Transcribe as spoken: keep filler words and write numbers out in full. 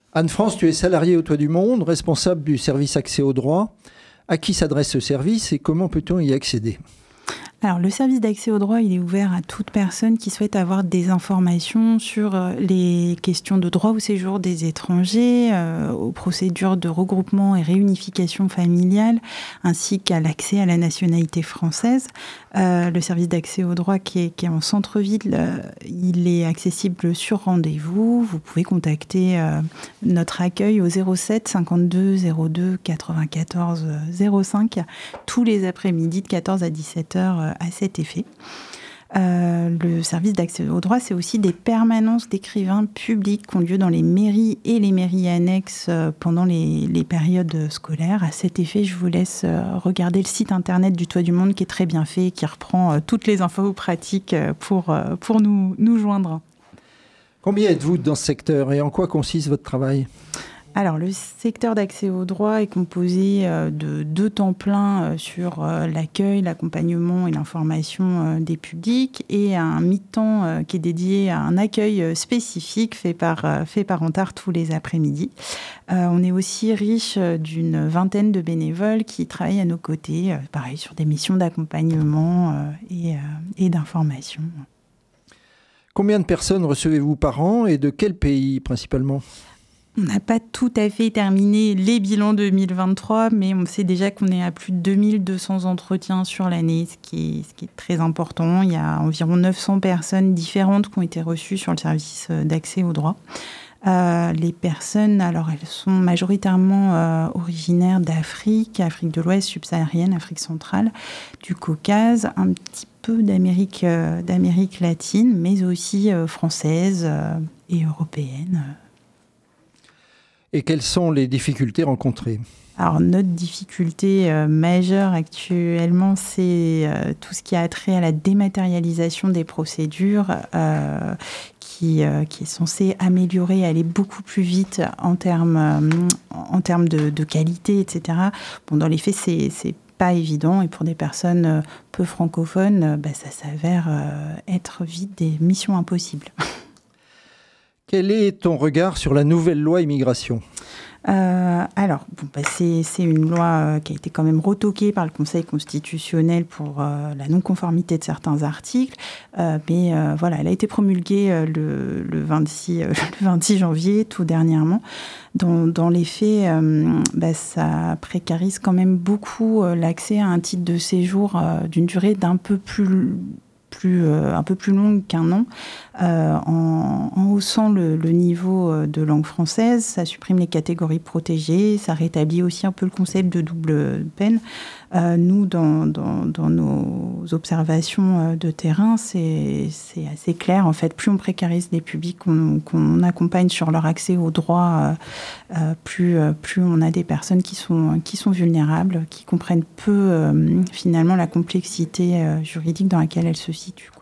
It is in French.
Anne-France, tu es salariée au Toit du Monde, responsable du service accès au droit. À qui s'adresse ce service et comment peut-on y accéder ? Alors, le service d'accès au droit, il est ouvert à toute personne qui souhaite avoir des informations sur les questions de droit au séjour des étrangers, euh, aux procédures de regroupement et réunification familiale, ainsi qu'à l'accès à la nationalité française. Euh, le service d'accès au droit qui est, qui est en centre-ville, euh, il est accessible sur rendez-vous. Vous pouvez contacter euh, notre accueil au zéro sept cinquante-deux zéro deux quatre-vingt-quatorze zéro cinq tous les après-midi de quatorze à dix-sept heures à cet effet. Euh, le service d'accès au droit, c'est aussi des permanences d'écrivains publics qui ont lieu dans les mairies et les mairies annexes euh, pendant les, les périodes scolaires. À cet effet, je vous laisse euh, regarder le site internet du Toit du Monde qui est très bien fait et qui reprend euh, toutes les infos pratiques euh, pour, euh, pour nous, nous joindre. Combien êtes-vous dans ce secteur et en quoi consiste votre travail ? Alors, le secteur d'accès au droit est composé de deux temps pleins sur l'accueil, l'accompagnement et l'information des publics et un mi-temps qui est dédié à un accueil spécifique fait par, fait par Antard tous les après-midi. Euh, on est aussi riche d'une vingtaine de bénévoles qui travaillent à nos côtés, pareil, sur des missions d'accompagnement et, et d'information. Combien de personnes recevez-vous par an et de quel pays principalement ? On n'a pas tout à fait terminé les bilans deux mille vingt-trois, mais on sait déjà qu'on est à plus de deux mille deux cents entretiens sur l'année, ce qui est, ce qui est très important. Il y a environ neuf cents personnes différentes qui ont été reçues sur le service d'accès au droit. Euh, les personnes, alors elles sont majoritairement euh, originaires d'Afrique, Afrique de l'Ouest, subsaharienne, Afrique centrale, du Caucase, un petit peu d'Amérique, euh, d'Amérique latine, mais aussi euh, française euh, et européenne. Et quelles sont les difficultés rencontrées ? Alors, notre difficulté euh, majeure actuellement, c'est euh, tout ce qui a trait à la dématérialisation des procédures euh, qui, euh, qui est censée améliorer, aller beaucoup plus vite en termes, euh, en termes de, de qualité, et cetera. Bon, dans les faits, c'est, c'est pas évident et pour des personnes euh, peu francophones, euh, bah, ça s'avère euh, être vite des missions impossibles. Quel est ton regard sur la nouvelle loi immigration ? Euh, alors, bon, bah, c'est, c'est une loi euh, qui a été quand même retoquée par le Conseil constitutionnel pour euh, la non-conformité de certains articles, euh, mais euh, voilà, elle a été promulguée euh, le, le, vingt-six, euh, le vingt-six janvier, tout dernièrement. Dans, dans les faits, euh, bah, ça précarise quand même beaucoup euh, l'accès à un titre de séjour euh, d'une durée d'un peu plus... Plus, euh, un peu plus longue qu'un an, euh, en, en haussant le, le niveau de langue française, ça supprime les catégories protégées, ça rétablit aussi un peu le concept de double peine. Euh, nous, dans, dans, dans nos observations de terrain, c'est, c'est assez clair. En fait, plus on précarise les publics qu'on, qu'on accompagne sur leur accès aux droits, euh, plus, plus on a des personnes qui sont, qui sont vulnérables, qui comprennent peu euh, finalement la complexité euh, juridique dans laquelle elles se situent.